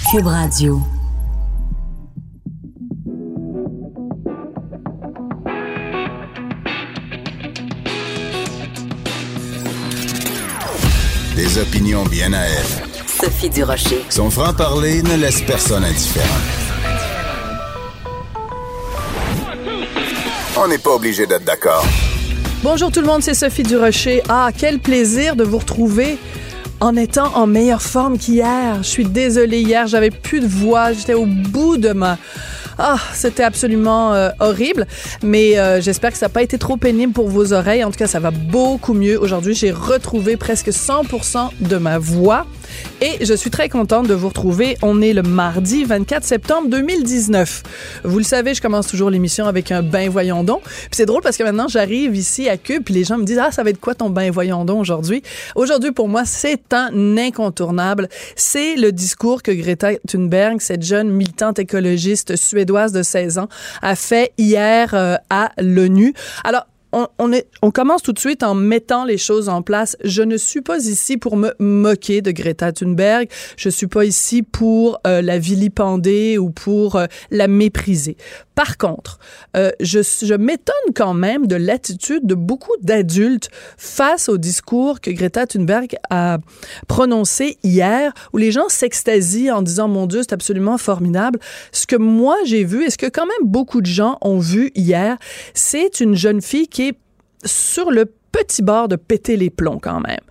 Cube Radio. Des opinions bien à elle. Sophie Durocher. Son franc-parler ne laisse personne indifférent. On n'est pas obligé d'être d'accord. Bonjour tout le monde, c'est Sophie Durocher. Ah, quel plaisir de vous retrouver en étant en meilleure forme qu'hier. Je suis désolée, hier, j'avais plus de voix, j'étais au bout de ma... Ah, c'était absolument horrible, mais j'espère que ça n'a pas été trop pénible pour vos oreilles. En tout cas, ça va beaucoup mieux. Aujourd'hui, j'ai retrouvé presque 100% de ma voix et je suis très contente de vous retrouver. On est le mardi 24 septembre 2019. Vous le savez, je commence toujours l'émission avec un « Ben voyons donc ». Puis c'est drôle parce que maintenant, j'arrive ici à Cube puis les gens me disent « Ah, ça va être quoi ton Ben voyons donc aujourd'hui? » Aujourd'hui, pour moi, c'est un incontournable. C'est le discours que Greta Thunberg, cette jeune militante écologiste suédoise de 16 ans, a fait hier à l'ONU. Alors, on commence tout de suite en mettant les choses en place. Je ne suis pas ici pour me moquer de Greta Thunberg. Je suis pas ici pour la vilipender ou pour la mépriser. Par contre, je m'étonne quand même de l'attitude de beaucoup d'adultes face au discours que Greta Thunberg a prononcé hier, où les gens s'extasient en disant « Mon Dieu, c'est absolument formidable ». Ce que moi, j'ai vu, et ce que quand même beaucoup de gens ont vu hier, c'est une jeune fille qui est sur le petit bord de péter les plombs quand même.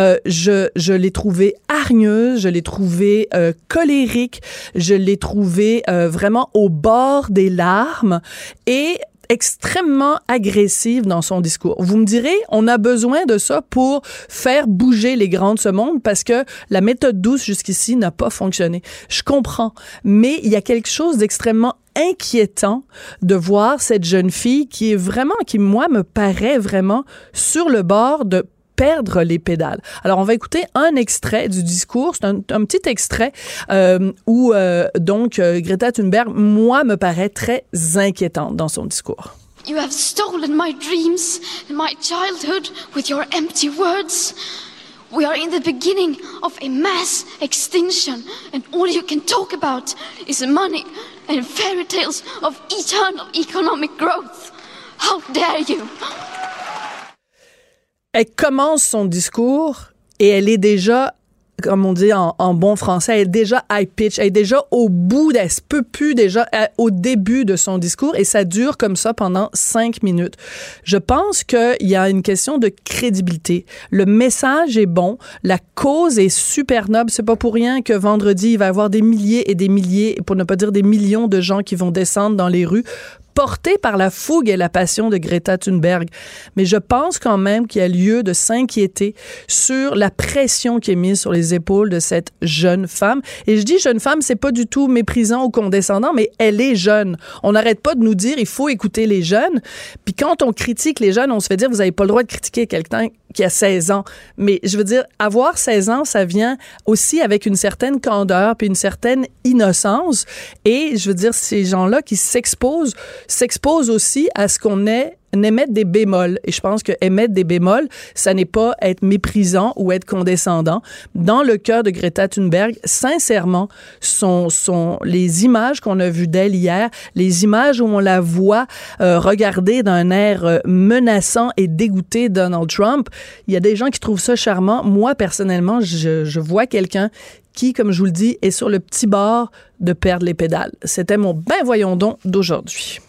Je l'ai trouvée hargneuse, je l'ai trouvée colérique, je l'ai trouvée vraiment au bord des larmes et extrêmement agressive dans son discours. Vous me direz, on a besoin de ça pour faire bouger les grands de ce monde parce que la méthode douce jusqu'ici n'a pas fonctionné. Je comprends, mais il y a quelque chose d'extrêmement inquiétant de voir cette jeune fille qui moi, me paraît vraiment sur le bord de perdre les pédales. Alors, on va écouter un extrait du discours. C'est un petit extrait où, Greta Thunberg, moi, me paraît très inquiétante dans son discours. You have stolen my dreams and my childhood with your empty words. We are in the beginning of a mass extinction, and all you can talk about is money and fairy tales of eternal economic growth. How dare you? Elle commence son discours et elle est déjà, comme on dit en bon français, elle est déjà high pitch, elle est déjà au bout, elle se peut plus déjà au début de son discours et ça dure comme ça pendant 5 minutes. Je pense qu'il y a une question de crédibilité. Le message est bon, la cause est super noble. C'est pas pour rien que vendredi, il va y avoir des milliers et des milliers, pour ne pas dire des millions de gens qui vont descendre dans les rues porté par la fougue et la passion de Greta Thunberg. Mais je pense quand même qu'il y a lieu de s'inquiéter sur la pression qui est mise sur les épaules de cette jeune femme. Et je dis jeune femme, c'est pas du tout méprisant ou condescendant, mais elle est jeune. On n'arrête pas de nous dire il faut écouter les jeunes. Puis quand on critique les jeunes, on se fait dire vous avez pas le droit de critiquer quelqu'un qui a 16 ans. Mais je veux dire, avoir 16 ans, ça vient aussi avec une certaine candeur puis une certaine innocence. Et je veux dire, ces gens-là qui s'exposent aussi à ce qu'on émettre des bémols. Et je pense que émettre des bémols, ça n'est pas être méprisant ou être condescendant. Dans le cœur de Greta Thunberg, sincèrement, les images qu'on a vues d'elle hier, les images où on la voit regarder d'un air menaçant et dégoûté Donald Trump, il y a des gens qui trouvent ça charmant. Moi, personnellement, je vois quelqu'un qui, comme je vous le dis, est sur le petit bord de perdre les pédales. C'était mon ben voyons donc d'aujourd'hui.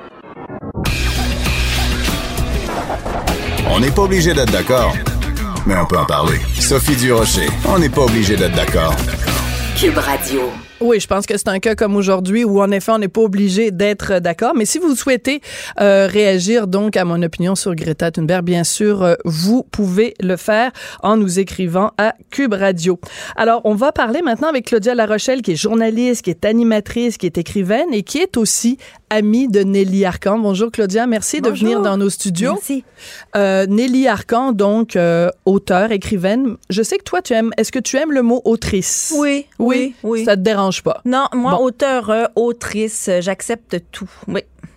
On n'est pas obligé d'être d'accord, mais on peut en parler. Sophie Durocher, on n'est pas obligé d'être d'accord. Cube Radio. Oui, je pense que c'est un cas comme aujourd'hui où, en effet, on n'est pas obligé d'être d'accord. Mais si vous souhaitez réagir donc à mon opinion sur Greta Thunberg, bien sûr, vous pouvez le faire en nous écrivant à Cube Radio. Alors, on va parler maintenant avec Claudia Larochelle, qui est journaliste, qui est animatrice, qui est écrivaine et qui est aussi amie de Nelly Arcan. Bonjour Claudia, merci de venir dans nos studios. Merci. Nelly Arcan, donc auteure, écrivaine. Je sais que toi, est-ce que tu aimes le mot autrice? Oui. Ça te dérange pas? Non, moi, bon. auteur, autrice, j'accepte tout. Oui.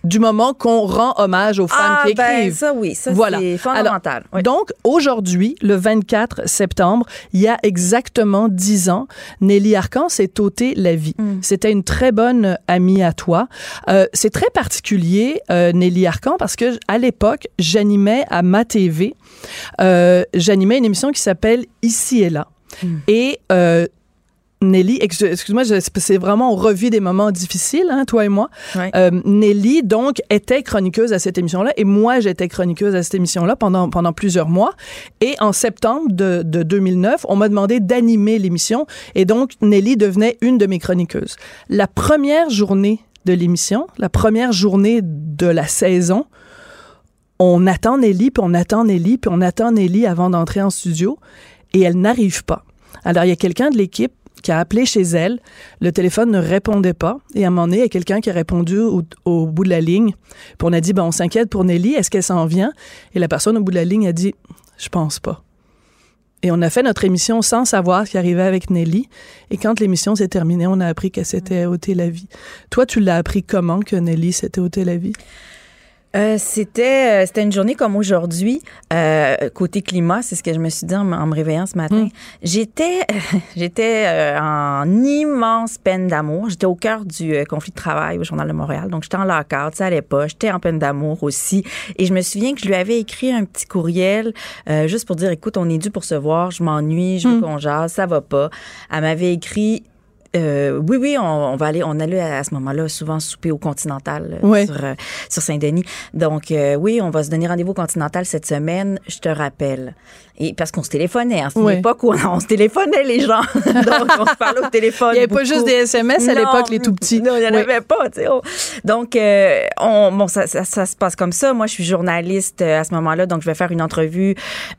du moment qu'on rend hommage aux femmes qui écrivent. Ça oui, ça voilà. c'est fondamental. Alors, donc, aujourd'hui, le 24 septembre, il y a exactement 10 ans, Nelly Arcan s'est ôté la vie. C'était une très bonne amie à toi. C'est très particulier, Nelly Arcan, parce que à l'époque, j'animais à MaTV, j'animais une émission qui s'appelle Ici et là. Et Nelly, excuse-moi, c'est vraiment, on revit des moments difficiles, hein, toi et moi. Ouais. Nelly, donc, était chroniqueuse à cette émission-là et moi, j'étais chroniqueuse à cette émission-là pendant plusieurs mois. Et en septembre de 2009, on m'a demandé d'animer l'émission et donc, Nelly devenait une de mes chroniqueuses. La première journée de l'émission, la première journée de la saison, on attend Nelly, puis on attend Nelly, puis on attend Nelly avant d'entrer en studio et elle n'arrive pas. Alors, il y a quelqu'un de l'équipe qui a appelé chez elle, le téléphone ne répondait pas, et à un moment donné, il y a quelqu'un qui a répondu au bout de la ligne, puis on a dit, on s'inquiète pour Nelly, est-ce qu'elle s'en vient? Et la personne au bout de la ligne a dit, je pense pas. Et on a fait notre émission sans savoir ce qui arrivait avec Nelly, et quand l'émission s'est terminée, on a appris qu'elle s'était ôté la vie. Toi, tu l'as appris comment que Nelly s'était ôté la vie? C'était une journée comme aujourd'hui. Côté climat, c'est ce que je me suis dit en me réveillant ce matin. J'étais en immense peine d'amour. J'étais au cœur du conflit de travail au Journal de Montréal. Donc, j'étais en lock-out, ça allait pas. J'étais en peine d'amour aussi. Et je me souviens que je lui avais écrit un petit courriel juste pour dire, écoute, on est dû pour se voir, je m'ennuie, je veux qu'on jase, ça va pas. Elle m'avait écrit... oui, on va aller. On allait à ce moment-là souvent souper au Continental sur Saint-Denis. Donc, oui, on va se donner rendez-vous au Continental cette semaine. Je te rappelle. Et parce qu'on se téléphonait. C'est une époque où on se téléphonait, les gens. Donc, on se parlait au téléphone. Il n'y avait pas juste des SMS à l'époque, les tout petits. Non, il n'y en avait pas. Tu sais. Donc, ça se passe comme ça. Moi, je suis journaliste à ce moment-là. Donc, je vais faire une entrevue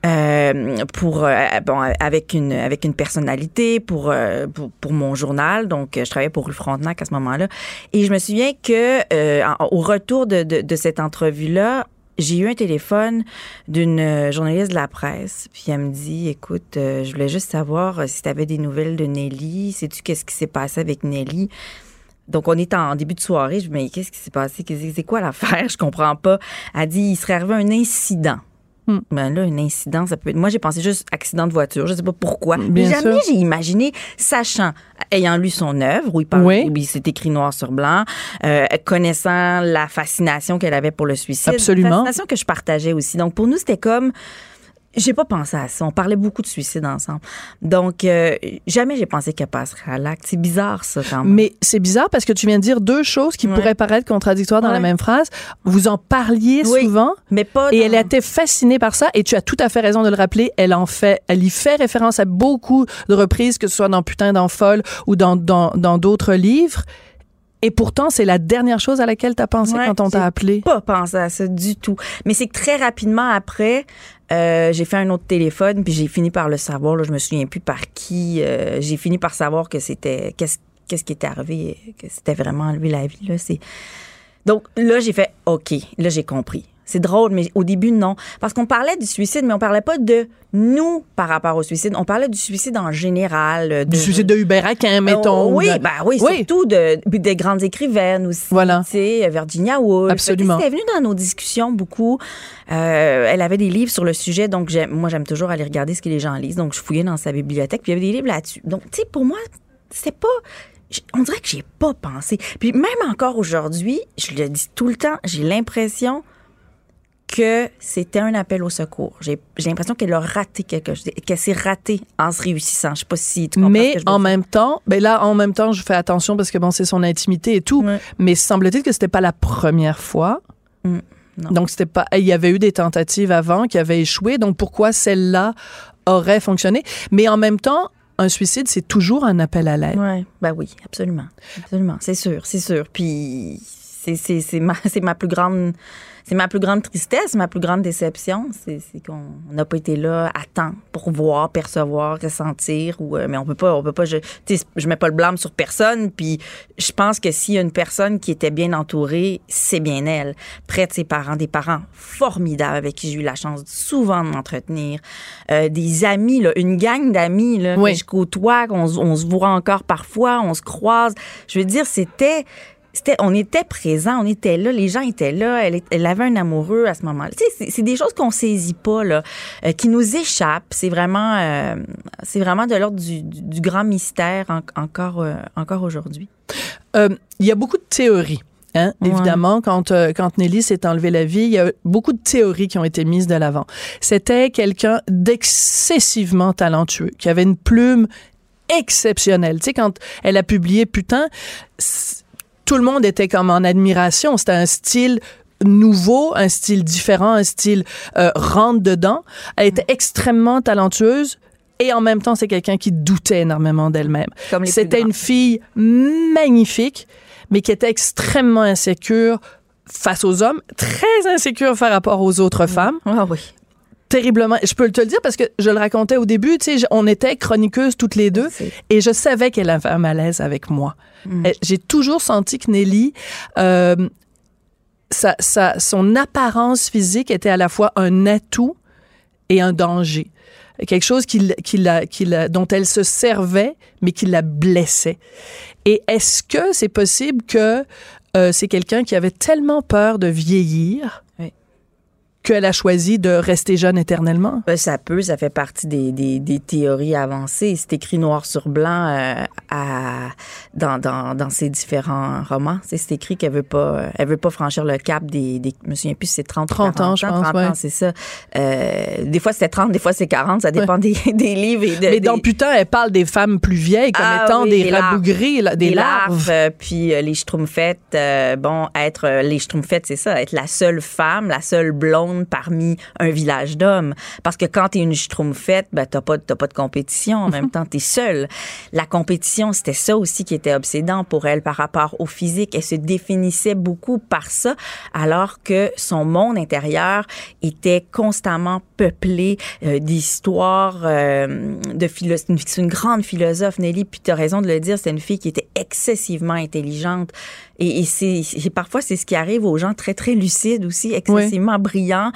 avec une personnalité pour mon journal. Donc, je travaillais pour Rue Frontenac à ce moment-là. Et je me souviens que au retour de cette entrevue-là, j'ai eu un téléphone d'une journaliste de la presse. Puis elle me dit, écoute, je voulais juste savoir si tu avais des nouvelles de Nelly. Sais-tu qu'est-ce qui s'est passé avec Nelly? Donc, on est en début de soirée. Je me dis, mais qu'est-ce qui s'est passé? C'est quoi l'affaire? Je comprends pas. Elle dit, il serait arrivé un incident. Ben là, un incident, ça peut être... Moi, j'ai pensé juste accident de voiture. Je sais pas pourquoi. Mais jamais j'ai imaginé, sachant, ayant lu son œuvre, où il parle, où c'est écrit noir sur blanc, connaissant la fascination qu'elle avait pour le suicide. Absolument. Une fascination que je partageais aussi. Donc, pour nous, c'était comme... J'ai pas pensé à ça. On parlait beaucoup de suicide ensemble. Donc, jamais j'ai pensé qu'elle passerait à l'acte. C'est bizarre, ça, quand même. Mais c'est bizarre parce que tu viens de dire deux choses qui pourraient paraître contradictoires dans la même phrase. Vous en parliez souvent. Mais pas et elle a été fascinée par ça. Et tu as tout à fait raison de le rappeler. Elle y fait référence à beaucoup de reprises, que ce soit dans Putain d'en folle ou dans d'autres livres. Et pourtant, c'est la dernière chose à laquelle tu as pensé quand on t'a appelé. J'ai pas pensé à ça du tout. Mais c'est que très rapidement après, j'ai fait un autre téléphone, puis j'ai fini par le savoir. Là, je me souviens plus par qui. J'ai fini par savoir que c'était... Qu'est-ce qui était arrivé, que c'était vraiment enlevé la vie. Là, Donc là, j'ai fait OK. Là, j'ai compris. C'est drôle, mais au début, non. Parce qu'on parlait du suicide, mais on parlait pas de nous par rapport au suicide. On parlait du suicide en général. Du suicide de Hubert Aquin, mettons. Oui, surtout des grandes écrivaines aussi. Voilà. Tu sais, Virginia Woolf. Absolument. C'était venu dans nos discussions beaucoup. Elle avait des livres sur le sujet, donc moi, j'aime toujours aller regarder ce que les gens lisent. Donc, je fouillais dans sa bibliothèque, puis il y avait des livres là-dessus. Donc, tu sais, pour moi, c'était pas... On dirait que j'ai pas pensé. Puis même encore aujourd'hui, je le dis tout le temps, j'ai l'impression que c'était un appel au secours. J'ai l'impression qu'elle a raté quelque chose, qu'elle s'est ratée en se réussissant. Je sais pas si tu comprends ce que je veux dire. Mais en même temps, je fais attention parce que c'est son intimité et tout. Ouais. Mais semble-t-il que c'était pas la première fois. Non. Donc c'était pas. Il y avait eu des tentatives avant qui avaient échoué. Donc pourquoi celle-là aurait fonctionné? Mais en même temps, un suicide, c'est toujours un appel à l'aide. Ouais. Ben oui, absolument, c'est sûr. Puis c'est ma plus grande. C'est ma plus grande tristesse, ma plus grande déception, c'est qu'on n'a pas été là à temps pour voir, percevoir, ressentir. Mais on peut pas. Je mets pas le blâme sur personne. Puis je pense que s'il y a une personne qui était bien entourée, c'est bien elle, près de ses parents, des parents formidables avec qui j'ai eu la chance souvent de m'entretenir, des amis, là, une gang d'amis là, que je côtoie, on se voit encore parfois, on se croise. Je veux dire, c'était on était présents, on était là, les gens étaient là, elle avait un amoureux à ce moment-là. Tu sais, c'est des choses qu'on saisit pas, là, qui nous échappent. C'est vraiment de l'ordre du grand mystère encore aujourd'hui. Il y a beaucoup de théories. Hein? Ouais. Évidemment, quand Nelly s'est enlevé la vie, il y a beaucoup de théories qui ont été mises de l'avant. C'était quelqu'un d'excessivement talentueux, qui avait une plume exceptionnelle. Tu sais, quand elle a publié Putain, tout le monde était comme en admiration. C'était un style nouveau, un style différent, un style rentre dedans. Elle était extrêmement talentueuse. Et en même temps, c'est quelqu'un qui doutait énormément d'elle-même. C'était une fille magnifique, mais qui était extrêmement insécure face aux hommes, très insécure par rapport aux autres femmes. Ah oui. Terriblement. Je peux te le dire parce que je le racontais au début, tu sais, on était chroniqueuses toutes les deux et je savais qu'elle avait un malaise avec moi. J'ai toujours senti que Nelly, son apparence physique était à la fois un atout et un danger. Quelque chose dont elle se servait, mais qui la blessait. Et est-ce que c'est possible que c'est quelqu'un qui avait tellement peur de vieillir qu'elle a choisi de rester jeune éternellement? Ça fait partie des théories avancées. C'est écrit noir sur blanc dans ses différents romans. C'est écrit qu'elle veut pas franchir le cap des je me souviens plus si c'est 30 ans, je pense. 30 ans, c'est ça. Des fois, c'est 30, des fois, c'est 40. Ça dépend des livres. Mais dans Putain, elle parle des femmes plus vieilles comme étant des rabougris, des larves. Puis les Schtroumpfettes, être les Schtroumpfettes, c'est ça, être la seule femme, la seule blonde parmi un village d'hommes. Parce que quand t'es une Schtroumpfette, t'as pas de compétition. En même temps, t'es seule. La compétition, c'était ça aussi qui était obsédant pour elle par rapport au physique. Elle se définissait beaucoup par ça, alors que son monde intérieur était constamment peuplé d'histoires, c'est une grande philosophe, Nelly, puis t'as raison de le dire, c'est une fille qui était excessivement intelligente. Et parfois, c'est ce qui arrive aux gens très, très lucides aussi, excessivement brillants.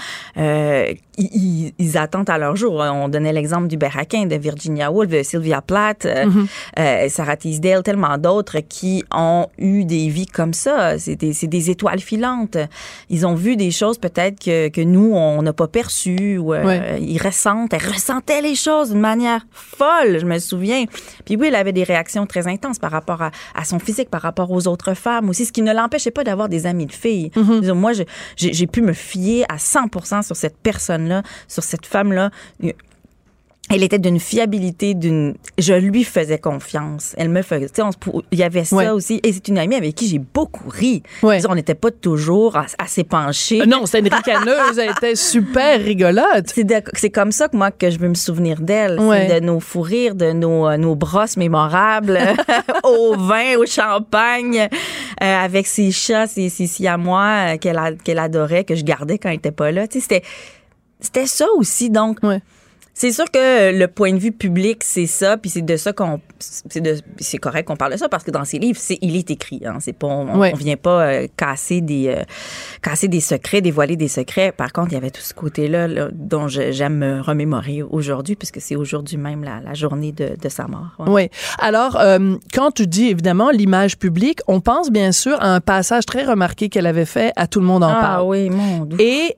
Ils attendent à leur jour. On donnait l'exemple du Berraquin, de Virginia Woolf, de Sylvia Plath, Sarah Teasdale, tellement d'autres qui ont eu des vies comme ça. C'est des étoiles filantes. Ils ont vu des choses peut-être que nous, on n'a pas perçues. Elle ressentait les choses d'une manière folle, je me souviens. Puis oui, elle avait des réactions très intenses par rapport à son physique, par rapport aux autres femmes aussi, ce qui ne l'empêchait pas d'avoir des amis de filles. Moi, j'ai pu me fier à 100% sur cette personne-là, sur cette femme-là. Elle était d'une fiabilité, je lui faisais confiance. Elle me faisait, il y avait ça aussi. Et c'est une amie avec qui j'ai beaucoup ri. On n'était pas toujours assez penchés. Non, c'était une ricaneuse. Elle était super rigolote. C'est comme ça que je veux me souvenir d'elle. C'est de nos fous rires, de nos brosses mémorables, au vin, au champagne, avec ses chats, ses siamois qu'elle adorait, que je gardais quand elle était pas là. C'était ça aussi, donc. C'est sûr que le point de vue public, c'est ça, puis c'est de ça c'est correct qu'on parle de ça parce que dans ses livres, il est écrit. Hein, c'est pas, on vient pas casser des secrets, dévoiler des secrets. Par contre, il y avait tout ce côté-là dont j'aime me remémorer aujourd'hui, puisque c'est aujourd'hui même la journée de sa mort. Oui. Alors, quand tu dis évidemment l'image publique, on pense bien sûr à un passage très remarqué qu'elle avait fait à Tout le monde en parle. Ah oui, mon Dieu. Et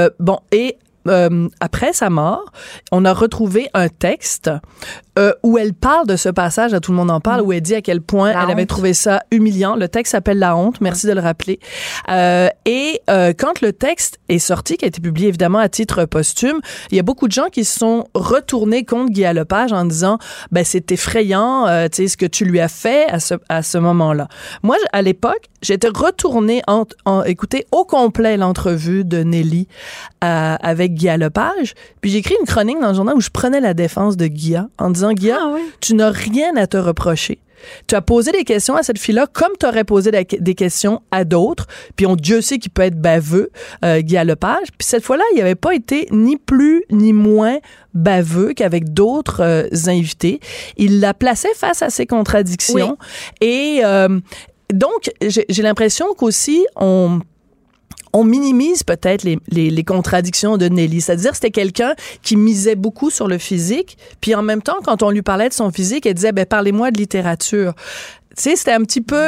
après sa mort, on a retrouvé un texte où elle parle de ce passage, à Tout le monde en parle, où elle dit à quel point elle avait trouvé ça humiliant. Le texte s'appelle La honte, merci de le rappeler. Quand le texte est sorti, qui a été publié évidemment à titre posthume, il y a beaucoup de gens qui se sont retournés contre Guy Lepage en disant c'est effrayant, tu sais, ce que tu lui as fait à ce moment-là. Moi, à l'époque, j'étais retournée écouter au complet l'entrevue de Nelly avec Guy Lepage, puis j'ai écrit une chronique dans le journal où je prenais la défense de Guy en disant Guy, tu n'as rien à te reprocher. Tu as posé des questions à cette fille-là comme tu aurais posé des questions à d'autres, puis Dieu sait qu'il peut être baveux, Guy Lepage, puis cette fois-là, il n'avait pas été ni plus ni moins baveux qu'avec d'autres invités. Il la plaçait face à ses contradictions et donc, j'ai l'impression qu'aussi, on minimise peut-être les contradictions de Nelly. C'est-à-dire, c'était quelqu'un qui misait beaucoup sur le physique, puis en même temps, quand on lui parlait de son physique, elle disait, parlez-moi de littérature. Tu sais, c'était un petit peu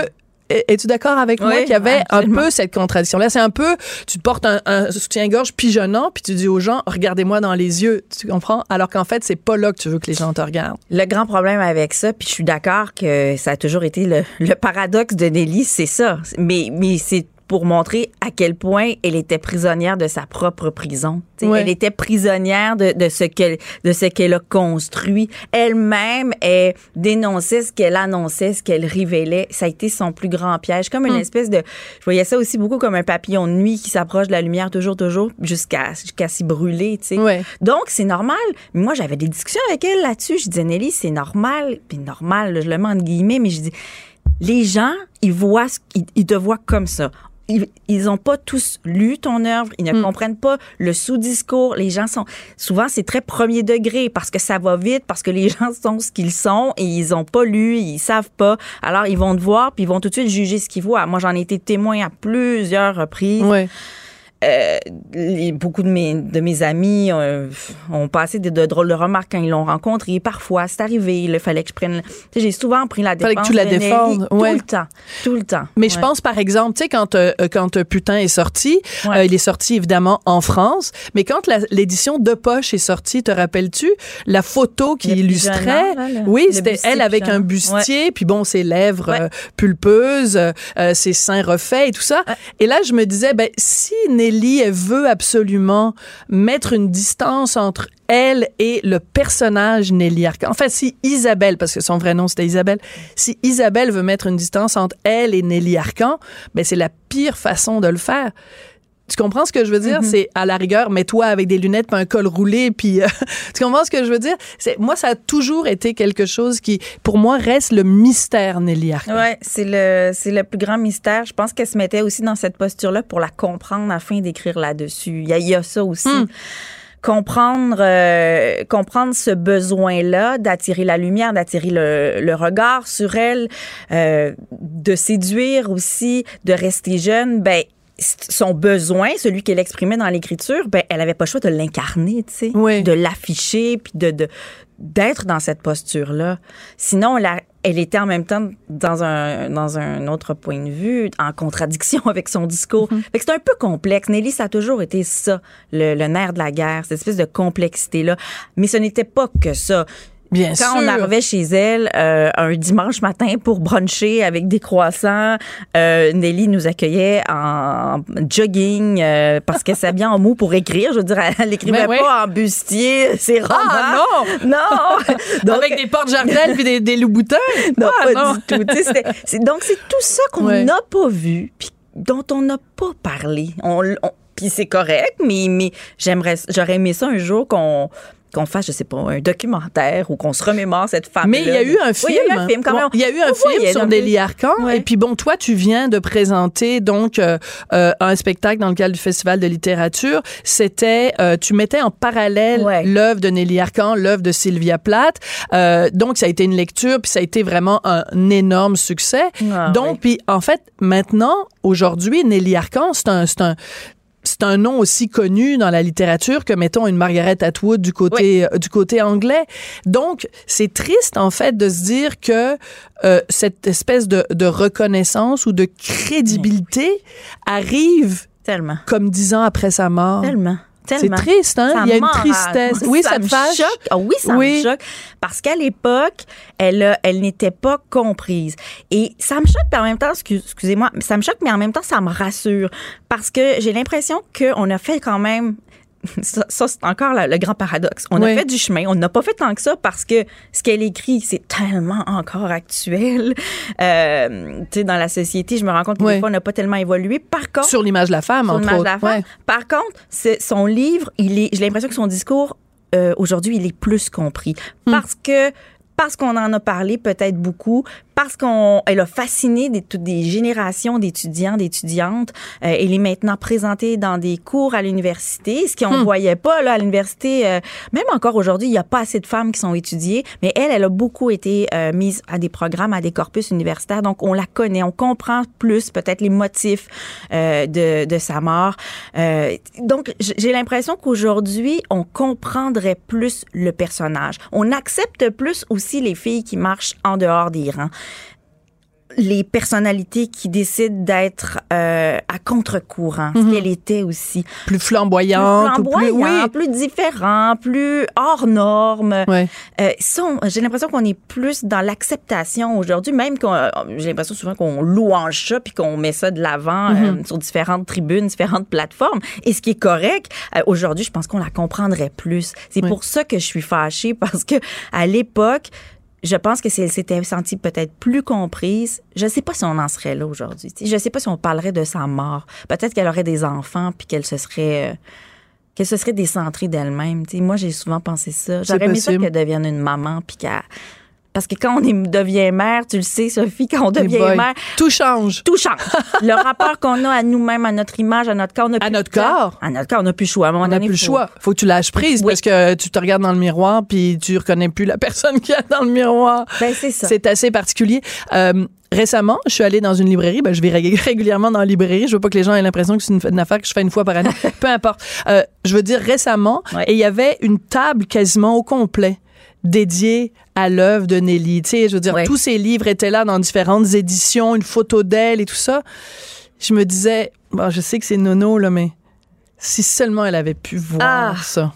Es-tu d'accord avec moi qu'il y avait absolument. un peu cette contradiction-là? C'est un peu, tu portes un soutien-gorge pigeonnant, puis tu dis aux gens, regardez-moi dans les yeux, tu comprends? Alors qu'en fait, c'est pas là que tu veux que les gens te regardent. Le grand problème avec ça, puis je suis d'accord que ça a toujours été le paradoxe de Nelly, c'est ça. Mais c'est pour montrer à quel point elle était prisonnière de sa propre prison. Ouais. Elle était prisonnière de ce qu'elle a construit. Elle-même, elle dénonçait ce qu'elle annonçait, ce qu'elle révélait. Ça a été son plus grand piège. Comme une espèce de... Je voyais ça aussi beaucoup comme un papillon de nuit qui s'approche de la lumière toujours, jusqu'à s'y brûler. Tu sais. Ouais. Donc, c'est normal. Moi, j'avais des discussions avec elle là-dessus. Je disais, Nelly, c'est normal. Puis normal, là, je le mets entre guillemets, mais je dis, les gens, ils te voient comme ça. Ils ont pas tous lu ton œuvre, ils ne comprennent pas le sous-discours. Les gens souvent c'est très premier degré parce que ça va vite, parce que les gens sont ce qu'ils sont et ils ont pas lu, ils savent pas. Alors ils vont te voir puis ils vont tout de suite juger ce qu'ils voient. Moi j'en ai été témoin à plusieurs reprises. Ouais. Beaucoup de mes amis ont passé de drôles de remarques quand ils l'ont rencontré. Parfois, c'est arrivé, il fallait que je prenne... J'ai souvent pris la défense. Fallait que tu la défendes. Tout le temps. Mais je pense, par exemple, tu sais, quand Putain est sorti, il est sorti évidemment en France, mais quand l'édition de poche est sortie, te rappelles-tu, la photo qui illustrait... c'était elle avec un bustier, puis bon, ses lèvres pulpeuses, ses seins refaits et tout ça. Et là, je me disais, si Nelly, elle veut absolument mettre une distance entre elle et le personnage Nelly Arcan. En fait, si Isabelle, parce que son vrai nom c'était Isabelle, si Isabelle veut mettre une distance entre elle et Nelly Arcan, c'est la pire façon de le faire. Tu comprends ce que je veux dire? C'est à la rigueur, mets-toi avec des lunettes puis un col roulé puis tu comprends ce que je veux dire? Moi, ça a toujours été quelque chose qui, pour moi, reste le mystère Nelly Arcan. Ouais, c'est le plus grand mystère. Je pense qu'elle se mettait aussi dans cette posture-là pour la comprendre afin d'écrire là-dessus. Il y a ça aussi. Comprendre ce besoin-là d'attirer la lumière, d'attirer le regard sur elle, de séduire aussi, de rester jeune, son besoin, celui qu'elle exprimait dans l'écriture, elle avait pas le choix de l'incarner, tu sais, de l'afficher, puis d'être dans cette posture-là. Sinon, elle était en même temps dans un autre point de vue, en contradiction avec son discours. Fait que c'est un peu complexe. Nelly, ça a toujours été ça, le nerf de la guerre, cette espèce de complexité-là. Mais ce n'était pas que ça. Bien sûr. Quand on arrivait chez elle un dimanche matin pour bruncher avec des croissants, Nelly nous accueillait en jogging parce qu'elle s'habillait en mou pour écrire. Je veux dire, elle n'écrivait pas en bustier ses romans. Ah non! Donc, avec des porte-jardins puis des loups-boutins? Non, pas du tout. Donc, c'est tout ça qu'on n'a pas vu puis dont on n'a pas parlé. Puis c'est correct, mais j'aurais aimé ça un jour qu'on fasse, je sais pas, un documentaire ou qu'on se remémore cette femme-là. Mais il y a eu un film. Oui, il y a eu un film quand même. Il y a eu un film sur Nelly Arcan. Et puis bon, toi, tu viens de présenter donc un spectacle dans le cadre du Festival de littérature. C'était, tu mettais en parallèle l'œuvre de Nelly Arcan, l'œuvre de Sylvia Plath. Donc, ça a été une lecture, puis ça a été vraiment un énorme succès. Donc, puis en fait, maintenant, aujourd'hui, Nelly Arcan, c'est un nom aussi connu dans la littérature que, mettons, une Margaret Atwood du côté anglais. Donc, c'est triste, en fait, de se dire que cette espèce de reconnaissance ou de crédibilité arrive comme 10 ans après sa mort. Tellement. C'est triste, hein? Il y a une tristesse. Oui, ça te fâche? Ça me choque. Parce qu'à l'époque, elle n'était pas comprise. Et ça me choque, mais en même temps, excusez-moi, ça me choque, mais en même temps, ça me rassure. Parce que j'ai l'impression qu'on a fait quand même... Ça, c'est encore le grand paradoxe. On a fait du chemin. On n'a pas fait tant que ça parce que ce qu'elle écrit, c'est tellement encore actuel. Tu sais, dans la société, je me rends compte que des fois, on n'a pas tellement évolué. Par contre... Sur l'image de la femme, entre autres. Par contre, son livre, j'ai l'impression que son discours, aujourd'hui, il est plus compris. Parce qu'on en a parlé peut-être beaucoup, parce qu'elle a fasciné toutes des générations d'étudiants, d'étudiantes. Elle est maintenant présentée dans des cours à l'université, ce qu'on ne voyait pas là, à l'université. Même encore aujourd'hui, il n'y a pas assez de femmes qui sont étudiées, mais elle a beaucoup été mise à des programmes, à des corpus universitaires. Donc, on la connaît, on comprend plus peut-être les motifs de sa mort. Donc, j'ai l'impression qu'aujourd'hui, on comprendrait plus le personnage. On accepte plus aussi les filles qui marchent en dehors des rangs. les personnalités qui décident d'être à contre-courant, ce qu'elle était aussi. Plus flamboyante, plus différent, plus hors norme. Ouais. J'ai l'impression qu'on est plus dans l'acceptation aujourd'hui, même j'ai l'impression souvent qu'on louange ça puis qu'on met ça de l'avant sur différentes tribunes, différentes plateformes. Et ce qui est correct, aujourd'hui, je pense qu'on la comprendrait plus. C'est pour ça que je suis fâchée, parce que à l'époque, je pense que si elle s'était sentie peut-être plus comprise, je ne sais pas si on en serait là aujourd'hui. Je ne sais pas si on parlerait de sa mort. Peut-être qu'elle aurait des enfants puis qu'elle se serait décentrée d'elle-même. Moi, j'ai souvent pensé ça. J'aurais aimé ça qu'elle devienne une maman puis qu'elle... Parce que quand on devient mère, tu le sais, Sophie, quand on devient mère... Tout change. Tout change. Le rapport qu'on a à nous-mêmes, à notre image, à notre corps... À notre corps, on n'a plus le choix. On n'a plus le choix. Faut que tu lâches prise parce que tu te regardes dans le miroir puis tu reconnais plus la personne qu'il y a dans le miroir. Ben, c'est ça. C'est assez particulier. Récemment, je suis allée dans une librairie. Je vais régulièrement dans la librairie. Je veux pas que les gens aient l'impression que c'est une affaire que je fais une fois par année. Peu importe. Je veux dire récemment, et il y avait une table quasiment au complet dédiée à l'œuvre de Nelly. Tu sais, je veux dire, tous ses livres étaient là dans différentes éditions, une photo d'elle et tout ça. Je me disais, bon, je sais que c'est nono, là, mais si seulement elle avait pu voir ça.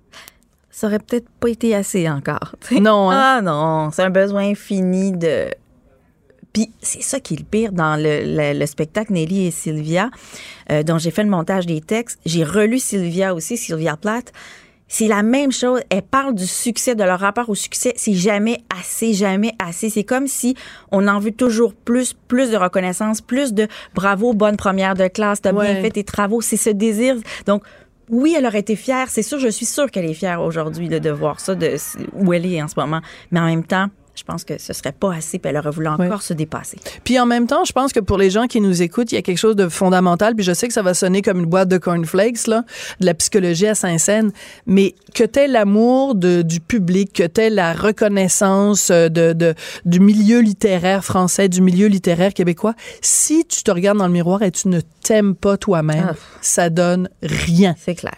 Ça aurait peut-être pas été assez encore. T'sais. Non, hein? Ah non, c'est un besoin infini de... Puis c'est ça qui est le pire dans le spectacle Nelly et Sylvia, dont j'ai fait le montage des textes. J'ai relu Sylvia Plath. C'est la même chose. Elle parle du succès, de leur rapport au succès. C'est jamais assez, jamais assez. C'est comme si on en veut toujours plus de reconnaissance, plus de bravo, bonne première de classe, t'as bien fait tes travaux. C'est ce désir. Donc, oui, elle aurait été fière. C'est sûr, je suis sûre qu'elle est fière aujourd'hui de voir ça, de où elle est en ce moment. Mais en même temps, je pense que ce serait pas assez, puis elle aurait voulu encore se dépasser. Puis en même temps, je pense que pour les gens qui nous écoutent, il y a quelque chose de fondamental, puis je sais que ça va sonner comme une boîte de cornflakes, là, de la psychologie à Saint-Saëns, mais que t'aies l'amour du public, que t'aies la reconnaissance du milieu littéraire français, du milieu littéraire québécois, si tu te regardes dans le miroir et tu ne t'aimes pas toi-même, ça donne rien. C'est clair.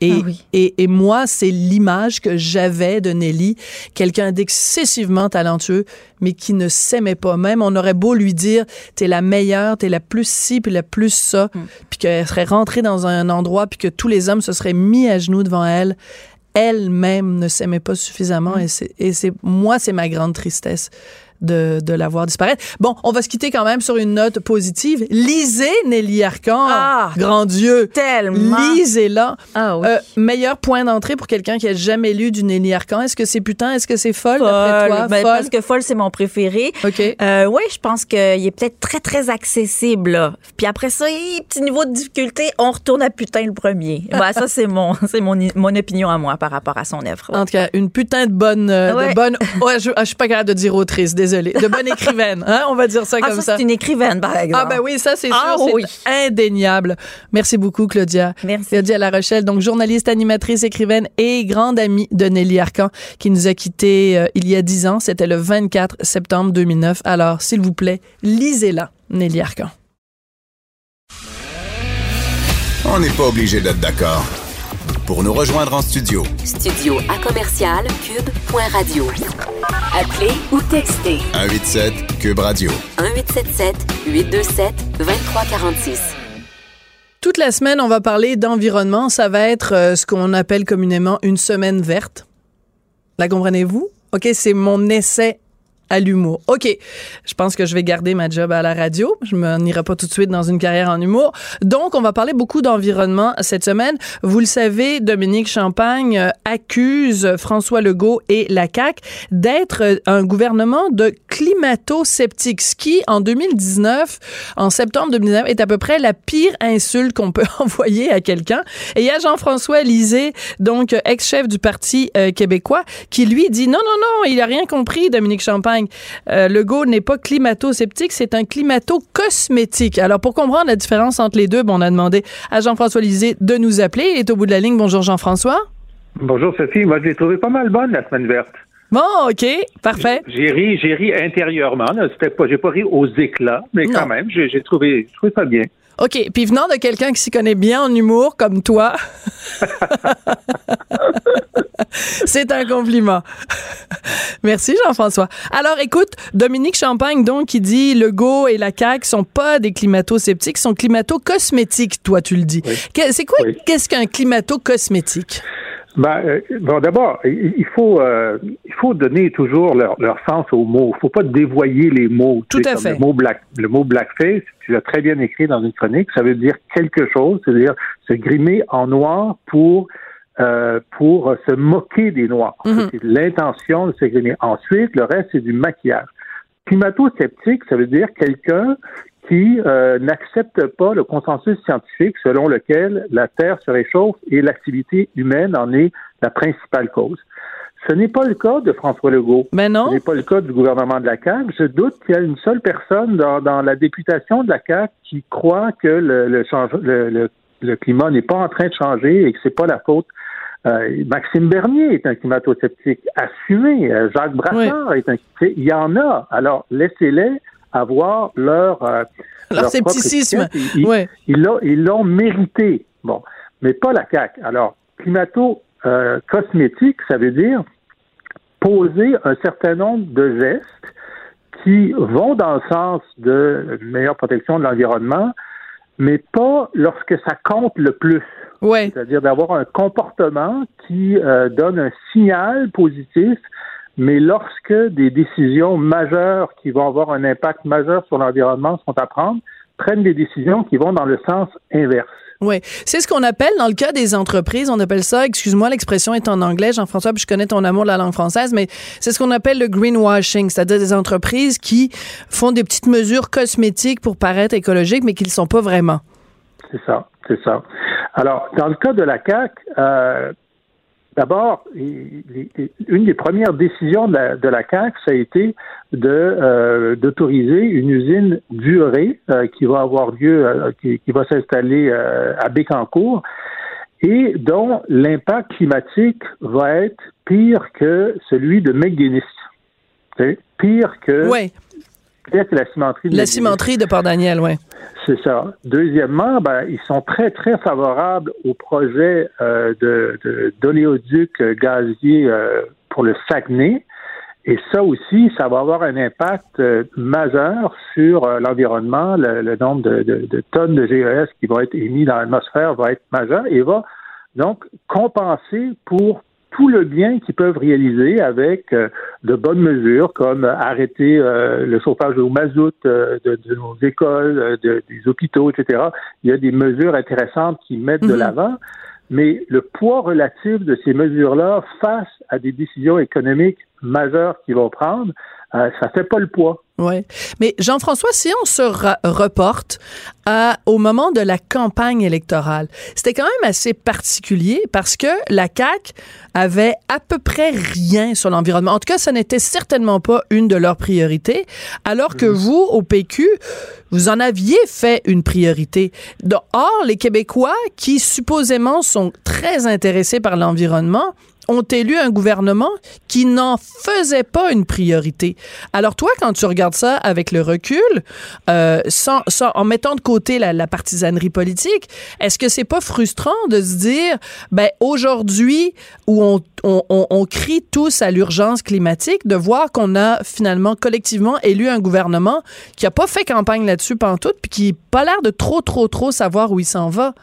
Et moi, c'est l'image que j'avais de Nelly, quelqu'un d'excessivement talentueux, mais qui ne s'aimait pas. Même, on aurait beau lui dire, t'es la meilleure, t'es la plus ci, puis la plus ça, puis qu'elle serait rentrée dans un endroit, puis que tous les hommes se seraient mis à genoux devant elle. Elle-même ne s'aimait pas suffisamment, et moi, c'est ma grande tristesse de la voir disparaître. Bon, on va se quitter quand même sur une note positive. Lisez Nelly Arcan. Grand Dieu. Tellement. Lisez-la. Oui. Meilleur point d'entrée pour quelqu'un qui a jamais lu du Nelly Arcan. Est-ce que c'est putain? Est-ce que c'est folle, d'après toi? Ben, parce que folle, c'est mon préféré. OK. Oui, je pense qu'il est peut-être très, très accessible, là. Puis après ça, petit niveau de difficulté, on retourne à putain le premier. Ben, ça, c'est mon opinion à moi par rapport à son œuvre. En tout cas, une putain de bonne... je suis pas capable de dire autrice, désolée. De bonne écrivaine, hein? On va dire ça comme ça. C'est une écrivaine, par exemple. Ah ben oui, ça c'est sûr, c'est indéniable. Merci beaucoup, Claudia. Merci. Claudia La Rochelle, donc journaliste, animatrice, écrivaine et grande amie de Nelly Arcan, qui nous a quittés il y a 10 ans. C'était le 24 septembre 2009. Alors, s'il vous plaît, lisez-la, Nelly Arcan. On n'est pas obligé d'être d'accord. Pour nous rejoindre en studio. Studio à commercial cube.radio. Appelez ou textez. 187 Cube Radio. 1877-827-2346. Toute la semaine, on va parler d'environnement. Ça va être ce qu'on appelle communément une semaine verte. La comprenez-vous? OK, c'est mon essai à l'humour. OK, je pense que je vais garder ma job à la radio. Je m'en irai pas tout de suite dans une carrière en humour. Donc, on va parler beaucoup d'environnement cette semaine. Vous le savez, Dominique Champagne accuse François Legault et la CAQ d'être un gouvernement de climato-sceptiques, ce qui, en 2019, en septembre 2019, est à peu près la pire insulte qu'on peut envoyer à quelqu'un. Et il y a Jean-François Lisée, donc ex-chef du Parti québécois, qui lui dit non, il a rien compris, Dominique Champagne. Legault n'est pas climato-sceptique, c'est un climato-cosmétique. Alors, pour comprendre la différence entre les deux, on a demandé à Jean-François Lisée de nous appeler. Il est au bout de la ligne. Bonjour, Jean-François. Bonjour, Sophie. Moi, je l'ai trouvé pas mal bonne, la semaine verte. Bon, OK, parfait. J'ai ri intérieurement. Là. J'ai pas ri aux éclats, mais quand même, j'ai trouvé ça bien. OK, puis venant de quelqu'un qui s'y connaît bien en humour, comme toi, c'est un compliment. Merci, Jean-François. Alors, écoute, Dominique Champagne, donc, qui dit Legault et la CAQ sont pas des climato-sceptiques, sont climato-cosmétiques, toi, tu le dis. Oui. C'est quoi, qu'est-ce qu'un climato-cosmétique? Bon, d'abord, il faut donner toujours leur sens aux mots. Il faut pas dévoyer les mots. Tout à fait. Le mot blackface, tu l'as très bien écrit dans une chronique, ça veut dire quelque chose, c'est-à-dire se grimer en noir pour se moquer des Noirs. Mm-hmm. C'est l'intention de se grimer. Ensuite, le reste, c'est du maquillage. Climato-sceptique, ça veut dire quelqu'un qui n'accepte pas le consensus scientifique selon lequel la Terre se réchauffe et l'activité humaine en est la principale cause. Ce n'est pas le cas de François Legault. Mais non. Ce n'est pas le cas du gouvernement de la CAQ. Je doute qu'il y a une seule personne dans la députation de la CAQ qui croit que le climat n'est pas en train de changer et que c'est pas la faute. Maxime Bernier est un climato-sceptique assumé. Jacques Brassard est un... Il y en a. Alors, laissez-les avoir leur scepticisme. Ils l'ont mérité. Bon, mais pas la CAQ. Alors, climato-cosmétique, ça veut dire poser un certain nombre de gestes qui vont dans le sens de meilleure protection de l'environnement, mais pas lorsque ça compte le plus. Ouais. C'est-à-dire d'avoir un comportement qui donne un signal positif, mais lorsque des décisions majeures qui vont avoir un impact majeur sur l'environnement sont à prendre, prennent des décisions qui vont dans le sens inverse. Oui, c'est ce qu'on appelle, dans le cas des entreprises, on appelle ça, excuse-moi, l'expression est en anglais, Jean-François, puis je connais ton amour de la langue française, mais c'est ce qu'on appelle le greenwashing, c'est-à-dire des entreprises qui font des petites mesures cosmétiques pour paraître écologiques, mais qui ne le sont pas vraiment. C'est ça. Alors, dans le cas de la CAQ, d'abord, une des premières décisions de la CAQ, ça a été d'autoriser une usine durée qui va avoir lieu, qui va s'installer à Bécancour et dont l'impact climatique va être pire que celui de McGuinness. Pire que la cimenterie de cimenterie de Port-Daniel, oui. C'est ça. Deuxièmement, ils sont très, très favorables au projet d'oléoduc gazier pour le Saguenay. Et ça aussi, ça va avoir un impact majeur sur l'environnement. Le nombre de tonnes de GES qui vont être émis dans l'atmosphère va être majeur et va donc compenser pour tout le bien qu'ils peuvent réaliser avec de bonnes mesures comme arrêter le chauffage au mazout de nos écoles, des hôpitaux, etc. Il y a des mesures intéressantes qui mettent de l'avant, mais le poids relatif de ces mesures-là face à des décisions économiques majeures qu'ils vont prendre, ça fait pas le poids. Oui. Mais Jean-François, si on se reporte au moment de la campagne électorale, c'était quand même assez particulier parce que la CAQ avait à peu près rien sur l'environnement. En tout cas, ça n'était certainement pas une de leurs priorités, alors que vous, au PQ, vous en aviez fait une priorité. Or, les Québécois, qui supposément sont très intéressés par l'environnement, ont élu un gouvernement qui n'en faisait pas une priorité. Alors toi, quand tu regardes ça avec le recul, en mettant de côté la partisanerie politique, est-ce que c'est pas frustrant de se dire, aujourd'hui, où on crie tous à l'urgence climatique, de voir qu'on a finalement collectivement élu un gouvernement qui a pas fait campagne là-dessus pantoute, puis qui n'a pas l'air de trop savoir où il s'en va?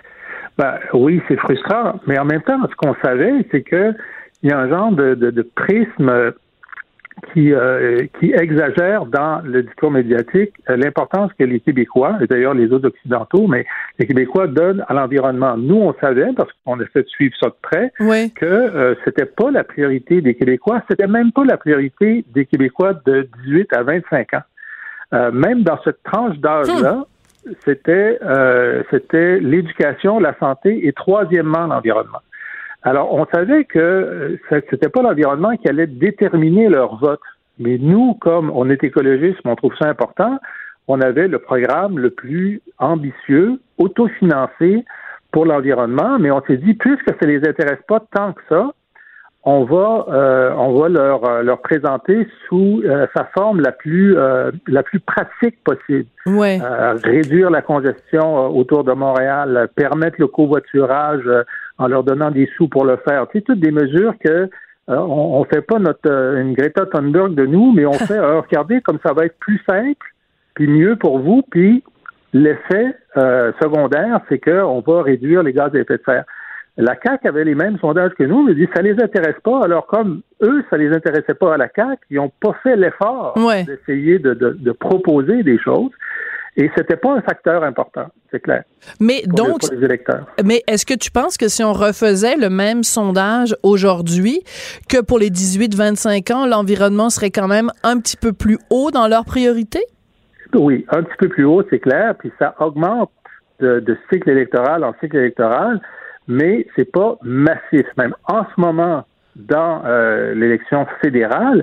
Oui, c'est frustrant, mais en même temps, ce qu'on savait, c'est que il y a un genre de prisme qui exagère dans le discours médiatique l'importance que les Québécois, et d'ailleurs les autres Occidentaux, mais les Québécois donnent à l'environnement. Nous, on savait, parce qu'on a fait suivre ça de près, que c'était pas la priorité des Québécois, c'était même pas la priorité des Québécois de 18 à 25 ans. Même dans cette tranche d'âge-là, c'était l'éducation, la santé et troisièmement l'environnement. Alors, on savait que c'était pas l'environnement qui allait déterminer leur vote. Mais nous, comme on est écologistes, on trouve ça important, on avait le programme le plus ambitieux, autofinancé pour l'environnement, mais on s'est dit, puisque ça les intéresse pas tant que ça, on va leur présenter sous sa forme la plus pratique possible. Ouais. Réduire la congestion autour de Montréal, permettre le covoiturage en leur donnant des sous pour le faire. Tu sais, toutes des mesures que on fait pas une Greta Thunberg de nous, mais on fait regardez comme ça va être plus simple, puis mieux pour vous, puis l'effet secondaire, c'est qu'on va réduire les gaz à effet de serre. La CAQ avait les mêmes sondages que nous, mais dit ça les intéresse pas. Alors comme eux, ça les intéressait pas à la CAQ, ils n'ont pas fait l'effort d'essayer de proposer des choses. Et c'était pas un facteur important, c'est clair. Mais donc, pour les électeurs. Mais est-ce que tu penses que si on refaisait le même sondage aujourd'hui, que pour les 18-25 ans, l'environnement serait quand même un petit peu plus haut dans leurs priorités? Oui, un petit peu plus haut, c'est clair. Puis ça augmente de cycle électoral en cycle électoral. Mais c'est pas massif. Même en ce moment, dans l'élection fédérale,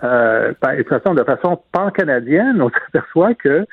de façon pan-canadienne, on s'aperçoit que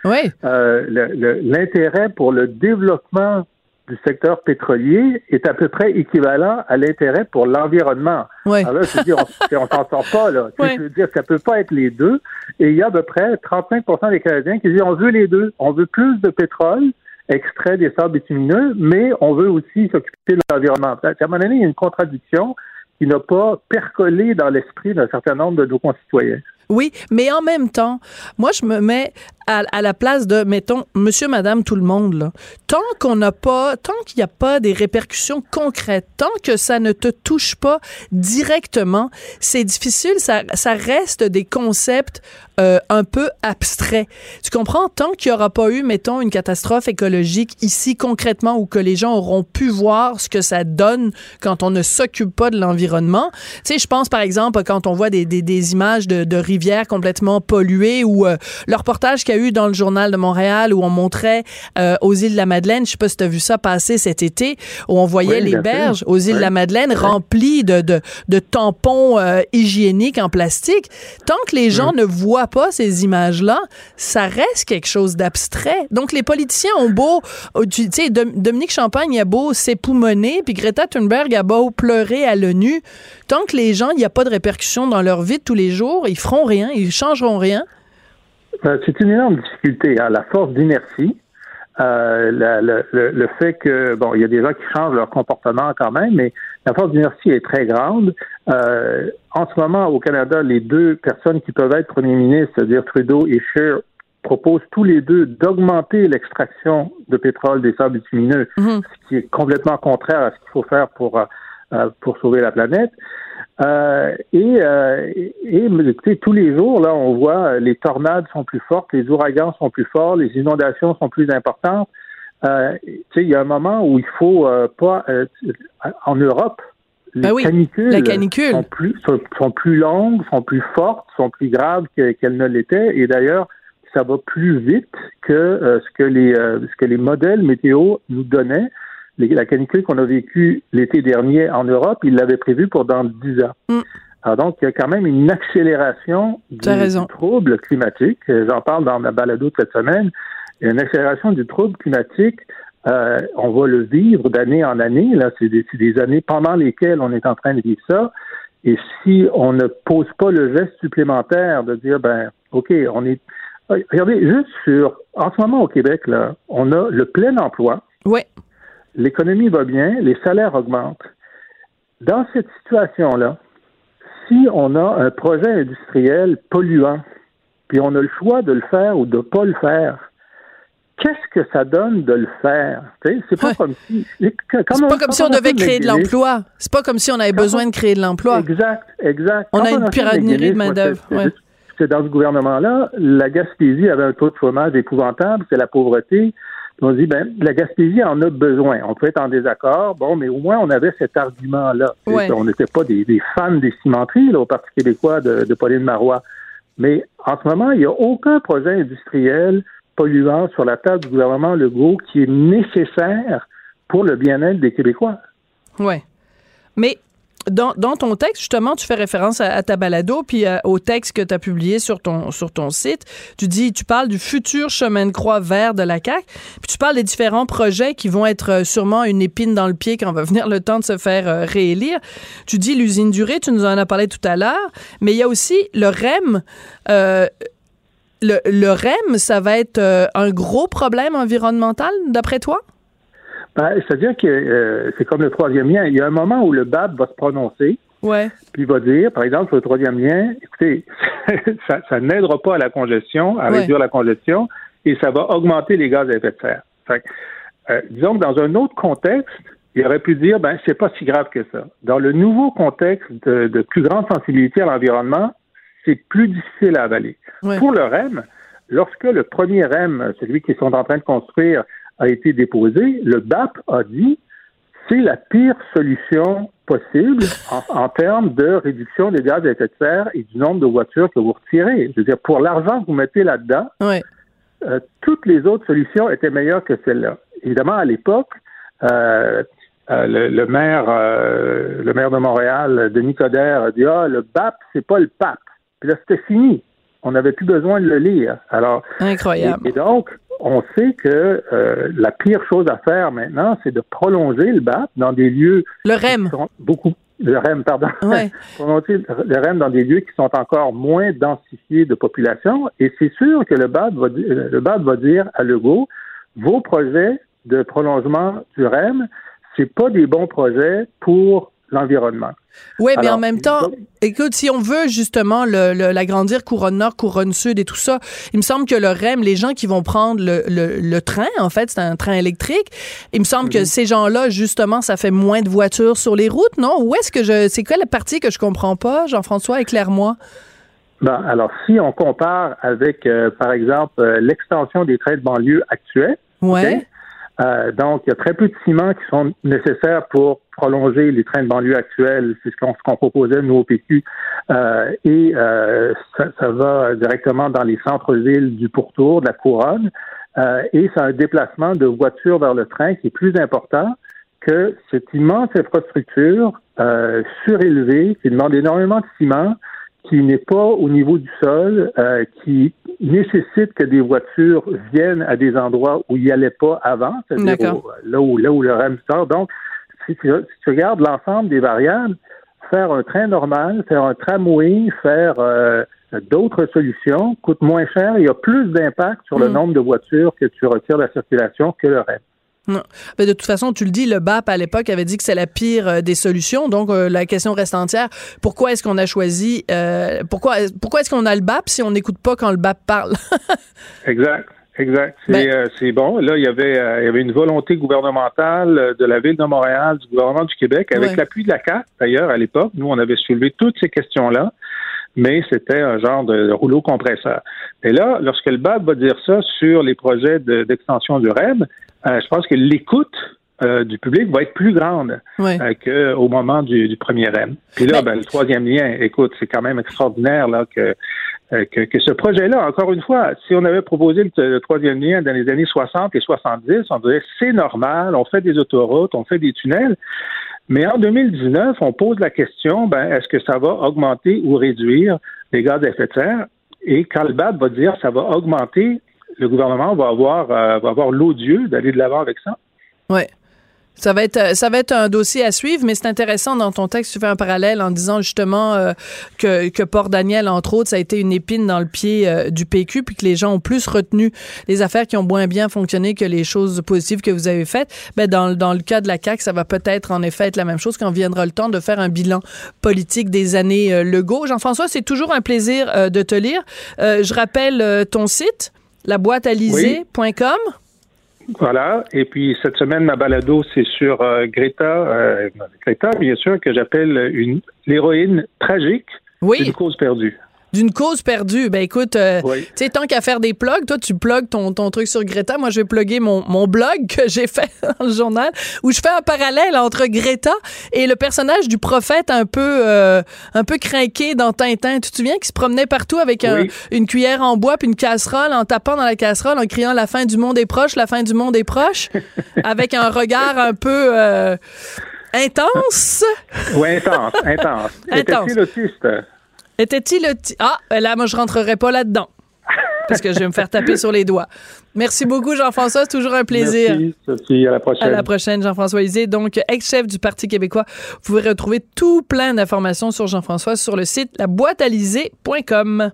l'intérêt pour le développement du secteur pétrolier est à peu près équivalent à l'intérêt pour l'environnement. Ouais. Alors là, je veux dire, on s'en sort pas, là. Ouais. Je veux dire, ça peut pas être les deux. Et il y a à peu près 35% des Canadiens qui disent on veut les deux. On veut plus de pétrole, extrait des sables bitumineux, mais on veut aussi s'occuper de l'environnement. À un moment donné, il y a une contradiction qui n'a pas percolé dans l'esprit d'un certain nombre de nos concitoyens. Oui, mais en même temps, moi, je me mets à la place de, mettons, monsieur, madame, tout le monde, là. Tant qu'il n'y a pas des répercussions concrètes, tant que ça ne te touche pas directement, c'est difficile, ça reste des concepts un peu abstraits. Tu comprends? Tant qu'il n'y aura pas eu, mettons, une catastrophe écologique ici, concrètement, où que les gens auront pu voir ce que ça donne quand on ne s'occupe pas de l'environnement. Tu sais, je pense, par exemple, quand on voit des images de rivières complètement polluées ou le reportage qu'il y a eu dans le Journal de Montréal où on montrait aux îles de la Madeleine, je sais pas si tu as vu ça passer cet été, où on voyait les berges aux îles de la Madeleine remplies de tampons hygiéniques en plastique. Tant que les gens ne voient pas ces images-là, ça reste quelque chose d'abstrait. Donc, les politiciens ont beau, tu sais, Dominique Champagne a beau s'époumoner, puis Greta Thunberg a beau pleurer à l'ONU, tant que les gens, il n'y a pas de répercussions dans leur vie de tous les jours, ils feront rien, ils changeront rien. C'est une énorme difficulté, hein, la force d'inertie, le fait que, bon, il y a des gens qui changent leur comportement quand même, mais la force d'inertie est très grande. En ce moment, au Canada, les deux personnes qui peuvent être premiers ministres, c'est-à-dire Trudeau et Scheer, proposent tous les deux d'augmenter l'extraction de pétrole des sables bitumineux, ce qui est complètement contraire à ce qu'il faut faire pour sauver la planète. Écoutez, tous les jours, là, on voit les tornades sont plus fortes, les ouragans sont plus forts, les inondations sont plus importantes. Il y a un moment où il faut pas... en Europe, les canicules sont plus longues, sont plus fortes, sont plus graves qu'elles ne l'étaient. Et d'ailleurs, ça va plus vite que ce que les modèles météo nous donnaient. La canicule qu'on a vécue l'été dernier en Europe, ils l'avaient prévue pour dans 10 ans. Alors donc, il y a quand même une accélération du trouble climatique. J'en parle dans ma balado de cette semaine. Il y a une accélération du trouble climatique. On va le vivre d'année en année. Là, c'est des années pendant lesquelles on est en train de vivre ça. Et si on ne pose pas le geste supplémentaire de dire, OK, on est... Regardez, en ce moment au Québec, là, on a le plein emploi. Oui. L'économie va bien, les salaires augmentent. Dans cette situation-là, si on a un projet industriel polluant, puis on a le choix de le faire ou de ne pas le faire, qu'est-ce que ça donne de le faire? C'est pas comme si... C'est pas comme si on devait créer de l'emploi. C'est pas comme si on avait besoin de créer de l'emploi. Exact. On a une pénurie de main-d'œuvre. C'est dans ce gouvernement-là, la Gaspésie avait un taux de chômage épouvantable, c'est la pauvreté. On dit, la Gaspésie en a besoin. On peut être en désaccord, mais au moins, on avait cet argument-là. Ouais. On n'était pas des fans des cimenteries, là, au Parti québécois de Pauline Marois. Mais en ce moment, il n'y a aucun projet industriel polluant sur la table du gouvernement Legault qui est nécessaire pour le bien-être des Québécois. Oui. Mais dans ton texte, justement, tu fais référence à ta balado, puis au texte que tu as publié sur ton site. Tu parles du futur chemin de croix vert de la CAQ, puis tu parles des différents projets qui vont être sûrement une épine dans le pied quand va venir le temps de se faire réélire. Tu dis l'usine du riz, tu nous en as parlé tout à l'heure, mais il y a aussi le REM. Le REM, ça va être un gros problème environnemental, d'après toi? C'est-à-dire que c'est comme le troisième lien. Il y a un moment où le BAP va se prononcer, puis il va dire, par exemple, sur le troisième lien, écoutez, ça n'aidera pas à la congestion, à réduire la congestion, et ça va augmenter les gaz à effet de serre. Fait que, disons que dans un autre contexte, il aurait pu dire, c'est pas si grave que ça. Dans le nouveau contexte de plus grande sensibilité à l'environnement, c'est plus difficile à avaler. Ouais. Pour le REM, lorsque le premier REM, celui qu'ils sont en train de construire, a été déposé, le BAP a dit c'est la pire solution possible en termes de réduction des gaz à effet de serre et du nombre de voitures que vous retirez. Je veux dire, pour l'argent que vous mettez là-dedans, toutes les autres solutions étaient meilleures que celle-là. Évidemment, à l'époque, le maire de Montréal, Denis Coderre, a dit le BAP, c'est pas le pape. Puis là, c'était fini. On n'avait plus besoin de le lire. Alors, incroyable. Et donc, on sait que la pire chose à faire maintenant, c'est de prolonger le BAP dans des lieux... Le REM. Le REM, pardon. Ouais. Prolonger le REM dans des lieux qui sont encore moins densifiés de population. Et c'est sûr que le BAP va dire à Legault, vos projets de prolongement du REM, c'est pas des bons projets pour l'environnement. Oui, mais en même temps, écoute, si on veut justement l'agrandir couronne nord, couronne sud et tout ça, il me semble que le REM, les gens qui vont prendre le train, en fait, c'est un train électrique, il me semble que ces gens-là, justement, ça fait moins de voitures sur les routes, non? Où est-ce que c'est quoi la partie que je comprends pas, Jean-François, éclaire-moi? Alors, si on compare avec, par exemple, l'extension des trains de banlieue actuels, donc, il y a très peu de ciments qui sont nécessaires pour prolonger les trains de banlieue actuels. C'est ce qu'on proposait, nous, au PQ. Ça va directement dans les centres-villes du pourtour, de la couronne. Et c'est un déplacement de voitures vers le train qui est plus important que cette immense infrastructure surélevée qui demande énormément de ciment, qui n'est pas au niveau du sol, qui nécessite que des voitures viennent à des endroits où il n'y allait pas avant, c'est-à-dire là où le REM sort. Donc, si tu regardes l'ensemble des variables, faire un train normal, faire un tramway, faire d'autres solutions coûte moins cher et a plus d'impact sur le nombre de voitures que tu retires de la circulation que le REM. Non. Mais de toute façon, tu le dis, le BAP à l'époque avait dit que c'est la pire des solutions. Donc, la question reste entière. Pourquoi est-ce qu'on a choisi... pourquoi est-ce qu'on a le BAP si on n'écoute pas quand le BAP parle? Exact. C'est bon. Là, il y avait une volonté gouvernementale de la Ville de Montréal, du gouvernement du Québec, avec l'appui de la CAQ, d'ailleurs, à l'époque. Nous, on avait soulevé toutes ces questions-là, mais c'était un genre de rouleau compresseur. Et là, lorsque le BAP va dire ça sur les projets d'extension du REM, je pense que l'écoute du public va être plus grande qu'au moment du premier REM. Puis là, le troisième lien, écoute, c'est quand même extraordinaire là que ce projet-là, encore une fois, si on avait proposé le troisième lien dans les années 60 et 70, on dirait c'est normal, on fait des autoroutes, on fait des tunnels. Mais en 2019, on pose la question, est-ce que ça va augmenter ou réduire les gaz à effet de serre? Et quand le BAP va dire ça va augmenter, le gouvernement va avoir l'odieux d'aller de l'avant avec ça. Oui. Ça va être un dossier à suivre, mais c'est intéressant dans ton texte, tu fais un parallèle en disant justement que Port-Daniel, entre autres, ça a été une épine dans le pied du PQ, puis que les gens ont plus retenu les affaires qui ont moins bien fonctionné que les choses positives que vous avez faites. Dans le cas de la CAQ, ça va peut-être en effet être la même chose quand viendra le temps de faire un bilan politique des années Legault. Jean-François, c'est toujours un plaisir de te lire. Je rappelle ton site, laboîtealisée.com. Voilà. Et puis, cette semaine, ma balado, c'est sur Greta, bien sûr, que j'appelle l'héroïne tragique d'une cause perdue. D'une cause perdue. Écoute, tu sais, tant qu'à faire des plugs, toi, tu plugues ton truc sur Greta. Moi, je vais plugger mon blog que j'ai fait dans le journal où je fais un parallèle entre Greta et le personnage du prophète un peu crinqué dans Tintin. Tu te souviens qu'il se promenait partout avec une cuillère en bois puis une casserole en tapant dans la casserole en criant « La fin du monde est proche, la fin du monde est proche » avec un regard un peu... Intense? Oui, intense. Était-il autiste? Était-il autiste? Ah, là, moi, je rentrerai pas là-dedans. Parce que je vais me faire taper sur les doigts. Merci beaucoup, Jean-François. C'est toujours un plaisir. Merci, Sophie. À la prochaine. À la prochaine, Jean-François Lisée, donc ex-chef du Parti québécois. Vous pouvez retrouver tout plein d'informations sur Jean-François sur le site laboîtealisée.com.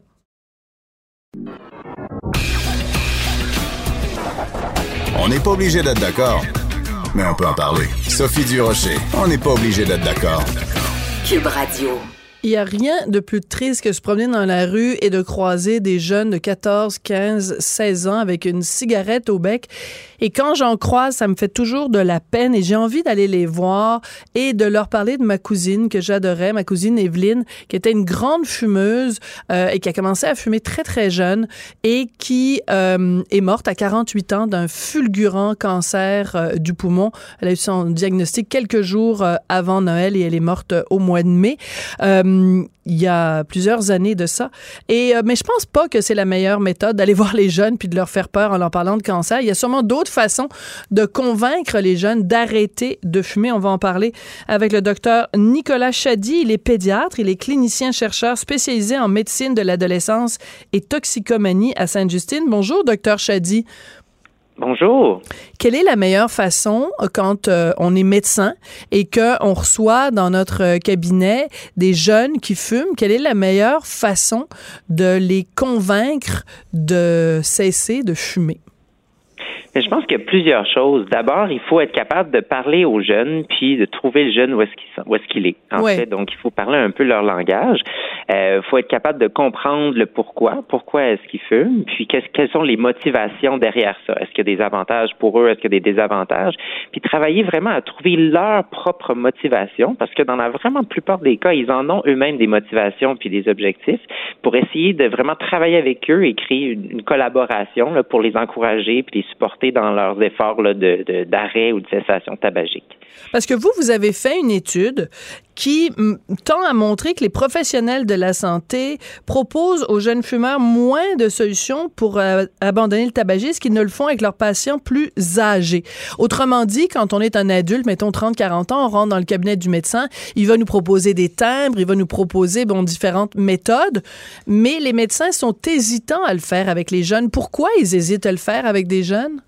On n'est pas obligé d'être d'accord, mais on peut en parler. Sophie Durocher, on n'est pas obligé d'être d'accord. Cube Radio. Il n'y a rien de plus triste que se promener dans la rue et de croiser des jeunes de 14, 15, 16 ans avec une cigarette au bec. Et quand j'en croise, ça me fait toujours de la peine et j'ai envie d'aller les voir et de leur parler de ma cousine que j'adorais, ma cousine Evelyne, qui était une grande fumeuse et qui a commencé à fumer très, très jeune et qui est morte à 48 ans d'un fulgurant cancer du poumon. Elle a eu son diagnostic quelques jours avant Noël et elle est morte au mois de mai. Il y a plusieurs années de ça. Mais je pense pas que c'est la meilleure méthode d'aller voir les jeunes puis de leur faire peur en leur parlant de cancer. Il y a sûrement d'autres façons de convaincre les jeunes d'arrêter de fumer. On va en parler avec le docteur Nicolas Chady. Il est pédiatre, il est clinicien-chercheur spécialisé en médecine de l'adolescence et toxicomanie à Sainte-Justine. Bonjour, docteur Chady. Bonjour. Quelle est la meilleure façon quand on est médecin et qu'on reçoit dans notre cabinet des jeunes qui fument? Quelle est la meilleure façon de les convaincre de cesser de fumer? Mais je pense qu'il y a plusieurs choses. D'abord, il faut être capable de parler aux jeunes puis de trouver le jeune où est-ce qu'il est. En fait, donc il faut parler un peu leur langage. Faut être capable de comprendre le pourquoi est-ce qu'ils fument, puis quelles sont les motivations derrière ça. Est-ce qu'il y a des avantages pour eux, est-ce qu'il y a des désavantages, puis travailler vraiment à trouver leur propre motivation, parce que dans la vraiment plupart des cas, ils en ont eux-mêmes des motivations puis des objectifs, pour essayer de vraiment travailler avec eux et créer une collaboration là, pour les encourager puis les supporter dans leurs efforts là, d'arrêt ou de cessation tabagique. Parce que vous avez fait une étude qui tend à montrer que les professionnels de la santé proposent aux jeunes fumeurs moins de solutions pour abandonner le tabagisme qu'ils ne le font avec leurs patients plus âgés. Autrement dit, quand on est un adulte, mettons 30-40 ans, on rentre dans le cabinet du médecin, il va nous proposer des timbres, il va nous proposer différentes méthodes, mais les médecins sont hésitants à le faire avec les jeunes. Pourquoi ils hésitent à le faire avec des jeunes?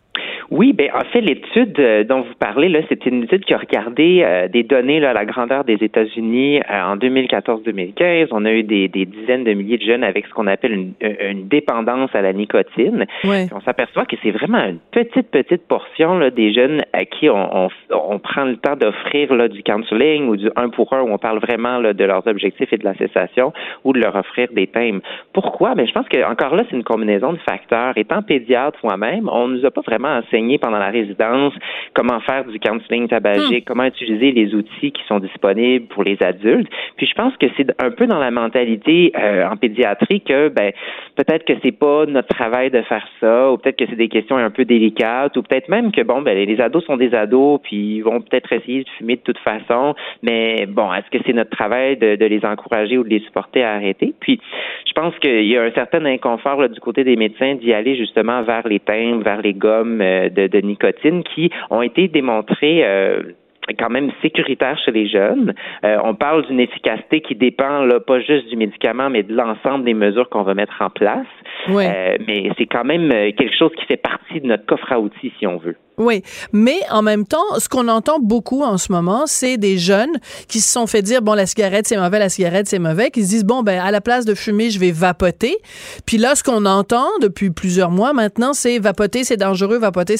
Oui, en fait, l'étude dont vous parlez, là, c'est une étude qui a regardé des données là, à la grandeur des États-Unis en 2014-2015. On a eu des dizaines de milliers de jeunes avec ce qu'on appelle une dépendance à la nicotine. Ouais. On s'aperçoit que c'est vraiment une petite portion là, des jeunes à qui on prend le temps d'offrir là, du counseling ou du 1 pour 1 où on parle vraiment là, de leurs objectifs et de la cessation ou de leur offrir des thèmes. Pourquoi? Je pense que encore là, c'est une combinaison de facteurs. Étant pédiatre moi-même, on nous a pas vraiment enseigné pendant la résidence comment faire du counseling tabagique, comment utiliser les outils qui sont disponibles pour les adultes. Puis je pense que c'est un peu dans la mentalité en pédiatrie que peut-être que c'est pas notre travail de faire ça, ou peut-être que c'est des questions un peu délicates, ou peut-être même que les ados sont des ados, puis ils vont peut-être essayer de fumer de toute façon, mais est-ce que c'est notre travail de les encourager ou de les supporter à arrêter? Puis je pense qu'il y a un certain inconfort là, du côté des médecins d'y aller justement vers les timbres, vers les gommes de nicotine qui ont été démontrées quand même sécuritaires chez les jeunes. On parle d'une efficacité qui dépend là, pas juste du médicament, mais de l'ensemble des mesures qu'on va mettre en place. Ouais. Mais c'est quand même quelque chose qui fait partie de notre coffre à outils, si on veut. Oui, mais en même temps, ce qu'on entend beaucoup en ce moment, c'est des jeunes qui se sont fait dire, la cigarette, c'est mauvais, qui se disent, à la place de fumer, je vais vapoter. Puis là, ce qu'on entend depuis plusieurs mois maintenant, c'est vapoter, c'est dangereux.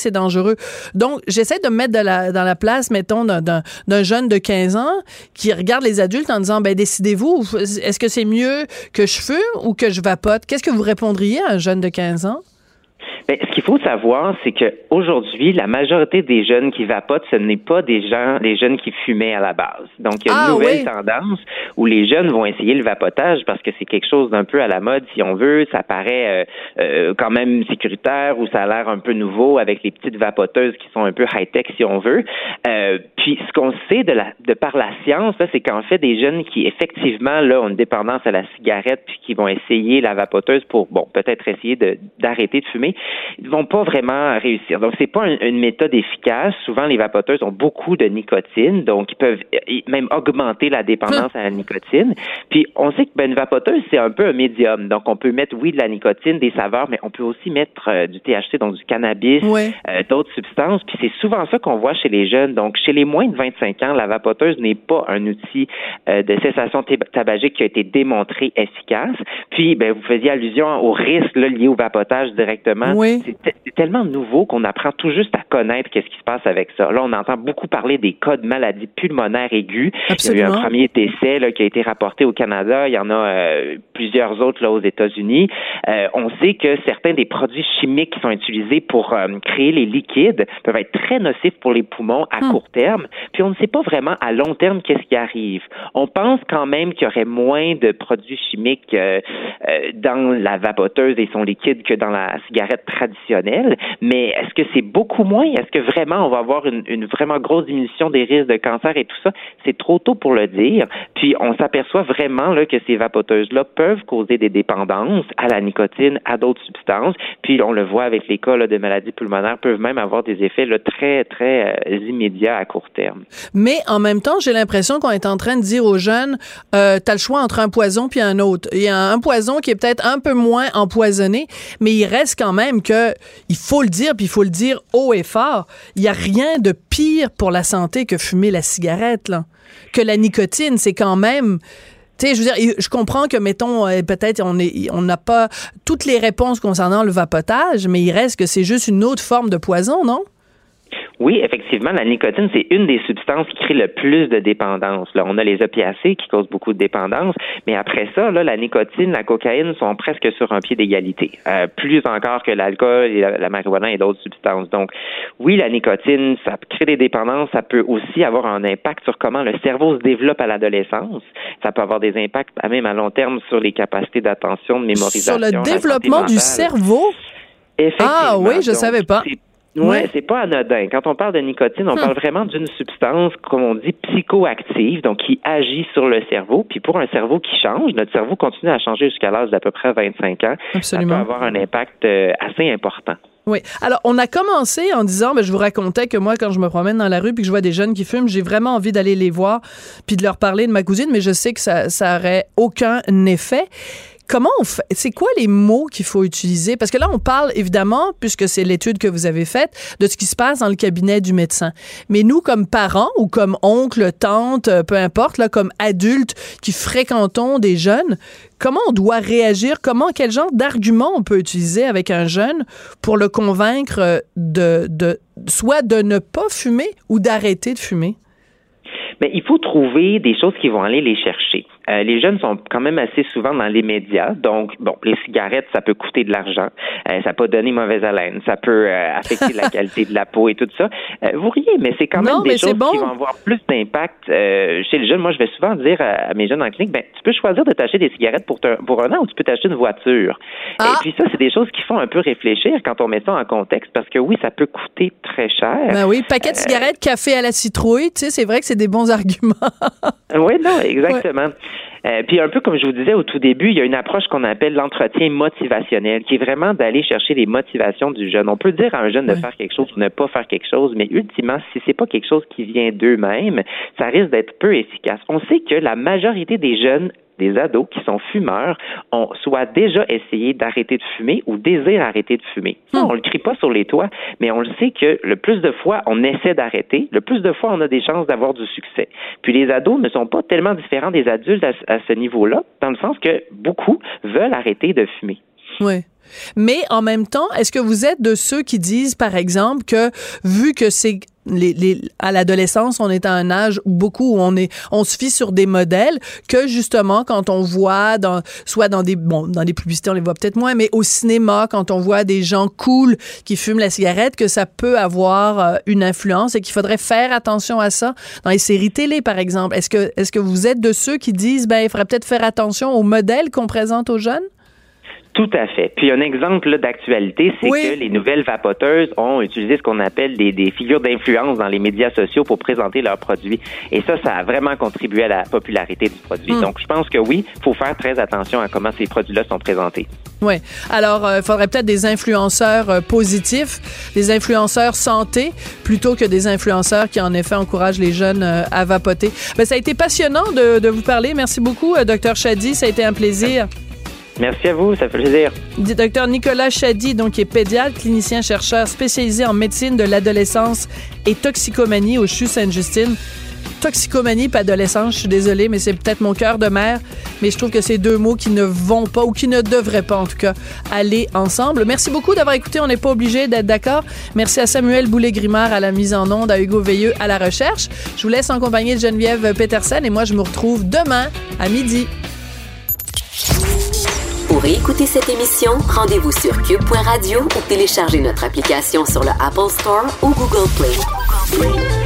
Donc, j'essaie de me mettre dans la place, mettons, d'un jeune de 15 ans qui regarde les adultes en disant, décidez-vous, est-ce que c'est mieux que je fume ou que je vapote? Qu'est-ce que vous répondriez à un jeune de 15 ans? Ce qu'il faut savoir, c'est que aujourd'hui, la majorité des jeunes qui vapotent, ce n'est pas des jeunes qui fumaient à la base. Donc, il y a une nouvelle tendance où les jeunes vont essayer le vapotage parce que c'est quelque chose d'un peu à la mode, si on veut. Ça paraît quand même sécuritaire ou ça a l'air un peu nouveau avec les petites vapoteuses qui sont un peu high-tech, si on veut. Puis, ce qu'on sait de par la science, là, c'est qu'en fait, des jeunes qui, effectivement, là, ont une dépendance à la cigarette puis qui vont essayer la vapoteuse pour, peut-être essayer d'arrêter de fumer, ils vont pas vraiment réussir. Donc, c'est pas une méthode efficace. Souvent, les vapoteuses ont beaucoup de nicotine, donc ils peuvent même augmenter la dépendance à la nicotine. Puis, on sait que une vapoteuse, c'est un peu un médium. Donc, on peut mettre, oui, de la nicotine, des saveurs, mais on peut aussi mettre du THC, donc du cannabis, d'autres substances. Puis, c'est souvent ça qu'on voit chez les jeunes. Donc, chez les moins de 25 ans, la vapoteuse n'est pas un outil de cessation tabagique qui a été démontré efficace. Puis, vous faisiez allusion aux risques là, liés au vapotage directement. Oui. C'est tellement nouveau qu'on apprend tout juste à connaître qu'est-ce qui se passe avec ça. Là, on entend beaucoup parler des cas de maladies pulmonaires aiguës. Absolument. Il y a eu un premier décès là, qui a été rapporté au Canada. Il y en a plusieurs autres là aux États-Unis. On sait que certains des produits chimiques qui sont utilisés pour créer les liquides peuvent être très nocifs pour les poumons à court terme. Puis on ne sait pas vraiment à long terme qu'est-ce qui arrive. On pense quand même qu'il y aurait moins de produits chimiques dans la vapoteuse et son liquide que dans la cigarette traditionnelle. Mais est-ce que c'est beaucoup moins? Est-ce que vraiment on va avoir une vraiment grosse diminution des risques de cancer et tout ça? C'est trop tôt pour le dire. Puis on s'aperçoit vraiment là, que ces vapoteuses-là peuvent causer des dépendances à la nicotine, à d'autres substances. Puis on le voit avec les cas là, de maladies pulmonaires, peuvent même avoir des effets là, très, très immédiats à court terme. Mais en même temps, j'ai l'impression qu'on est en train de dire aux jeunes, t'as le choix entre un poison puis un autre. Il y a un poison qui est peut-être un peu moins empoisonné, mais il reste quand même que, il faut le dire, puis il faut le dire haut et fort, il n'y a rien de pire pour la santé que fumer la cigarette, là. Que la nicotine, c'est quand même... Tu sais, je veux dire, je comprends que, mettons, peut-être on n'a pas toutes les réponses concernant le vapotage, mais il reste que c'est juste une autre forme de poison, non? Oui, effectivement, la nicotine, c'est une des substances qui crée le plus de dépendance. Là, on a les opiacés qui causent beaucoup de dépendance, mais après ça, là, la nicotine, la cocaïne sont presque sur un pied d'égalité, plus encore que l'alcool et la marijuana et d'autres substances. Donc, oui, la nicotine, ça crée des dépendances, ça peut aussi avoir un impact sur comment le cerveau se développe à l'adolescence. Ça peut avoir des impacts même à long terme sur les capacités d'attention, de mémorisation. Sur le développement du cerveau? Effectivement. Ah oui, je savais pas. Oui, c'est pas anodin. Quand on parle de nicotine, on parle vraiment d'une substance, comme on dit, psychoactive, donc qui agit sur le cerveau. Puis pour un cerveau qui change, notre cerveau continue à changer jusqu'à l'âge d'à peu près 25 ans. Absolument. Ça peut avoir un impact assez important. Oui. Alors, on a commencé en disant, je vous racontais que moi, quand je me promène dans la rue puis que je vois des jeunes qui fument, j'ai vraiment envie d'aller les voir puis de leur parler de ma cousine, mais je sais que ça aurait aucun effet. Comment on fait? C'est quoi les mots qu'il faut utiliser? Parce que là, on parle, évidemment, puisque c'est l'étude que vous avez faite, de ce qui se passe dans le cabinet du médecin. Mais nous, comme parents ou comme oncles, tantes, peu importe, là, comme adultes qui fréquentons des jeunes, comment on doit réagir? Quel genre d'argument on peut utiliser avec un jeune pour le convaincre soit de ne pas fumer ou d'arrêter de fumer? Mais il faut trouver des choses qui vont aller les chercher. Les jeunes sont quand même assez souvent dans les médias. Donc, les cigarettes, ça peut coûter de l'argent. Ça peut donner mauvaise haleine. Ça peut affecter la qualité de la peau et tout ça. Vous riez, mais c'est quand même des choses qui vont avoir plus d'impact chez les jeunes. Moi, je vais souvent dire à mes jeunes en clinique, tu peux choisir de t'acheter des cigarettes pour un an ou tu peux t'acheter une voiture. Et puis ça, c'est des choses qui font un peu réfléchir quand on met ça en contexte parce que oui, ça peut coûter très cher. Ben oui, paquet de cigarettes, café à la citrouille, tu sais, c'est vrai que c'est des bons arguments. Oui, non, exactement. Ouais. Puis un peu comme je vous disais au tout début, il y a une approche qu'on appelle l'entretien motivationnel, qui est vraiment d'aller chercher les motivations du jeune. On peut dire à un jeune de faire quelque chose ou ne pas faire quelque chose, mais ultimement, si c'est pas quelque chose qui vient d'eux-mêmes, ça risque d'être peu efficace. On sait que la majorité des jeunes, des ados qui sont fumeurs ont soit déjà essayé d'arrêter de fumer ou désirent arrêter de fumer. On le crie pas sur les toits, mais on le sait que le plus de fois on essaie d'arrêter, le plus de fois on a des chances d'avoir du succès. Puis les ados ne sont pas tellement différents des adultes à ce niveau-là, dans le sens que beaucoup veulent arrêter de fumer. Oui. Mais en même temps, est-ce que vous êtes de ceux qui disent, par exemple, que vu que c'est à l'adolescence, on est à un âge où on se fie sur des modèles que justement quand on voit soit dans des publicités, on les voit peut-être moins, mais au cinéma, quand on voit des gens cool qui fument la cigarette, que ça peut avoir une influence et qu'il faudrait faire attention à ça dans les séries télé, par exemple. Est-ce que vous êtes de ceux qui disent, il faudrait peut-être faire attention aux modèles qu'on présente aux jeunes? Tout à fait. Puis un exemple là, d'actualité, c'est que les nouvelles vapoteuses ont utilisé ce qu'on appelle des figures d'influence dans les médias sociaux pour présenter leurs produits. Et ça a vraiment contribué à la popularité du produit. Donc, je pense que oui, il faut faire très attention à comment ces produits-là sont présentés. Oui. Alors, il faudrait peut-être des influenceurs positifs, des influenceurs santé, plutôt que des influenceurs qui, en effet, encouragent les jeunes à vapoter. Ben, ça a été passionnant de vous parler. Merci beaucoup, Dr Chadi. Ça a été un plaisir. Merci à vous, ça fait plaisir. Dr Nicolas Chadi, donc, qui est pédiatre, clinicien-chercheur spécialisé en médecine de l'adolescence et toxicomanie au CHU Sainte-Justine. Toxicomanie et adolescence, je suis désolée, mais c'est peut-être mon cœur de mère, mais je trouve que c'est deux mots qui ne vont pas, ou qui ne devraient pas, en tout cas, aller ensemble. Merci beaucoup d'avoir écouté, on n'est pas obligé d'être d'accord. Merci à Samuel Boulay-Grimard à la mise en onde, à Hugo Veilleux à la recherche. Je vous laisse en compagnie de Geneviève Petersen et moi, je me retrouve demain à midi. Pour écouter cette émission, rendez-vous sur cube.radio ou téléchargez notre application sur le Apple Store ou Google Play.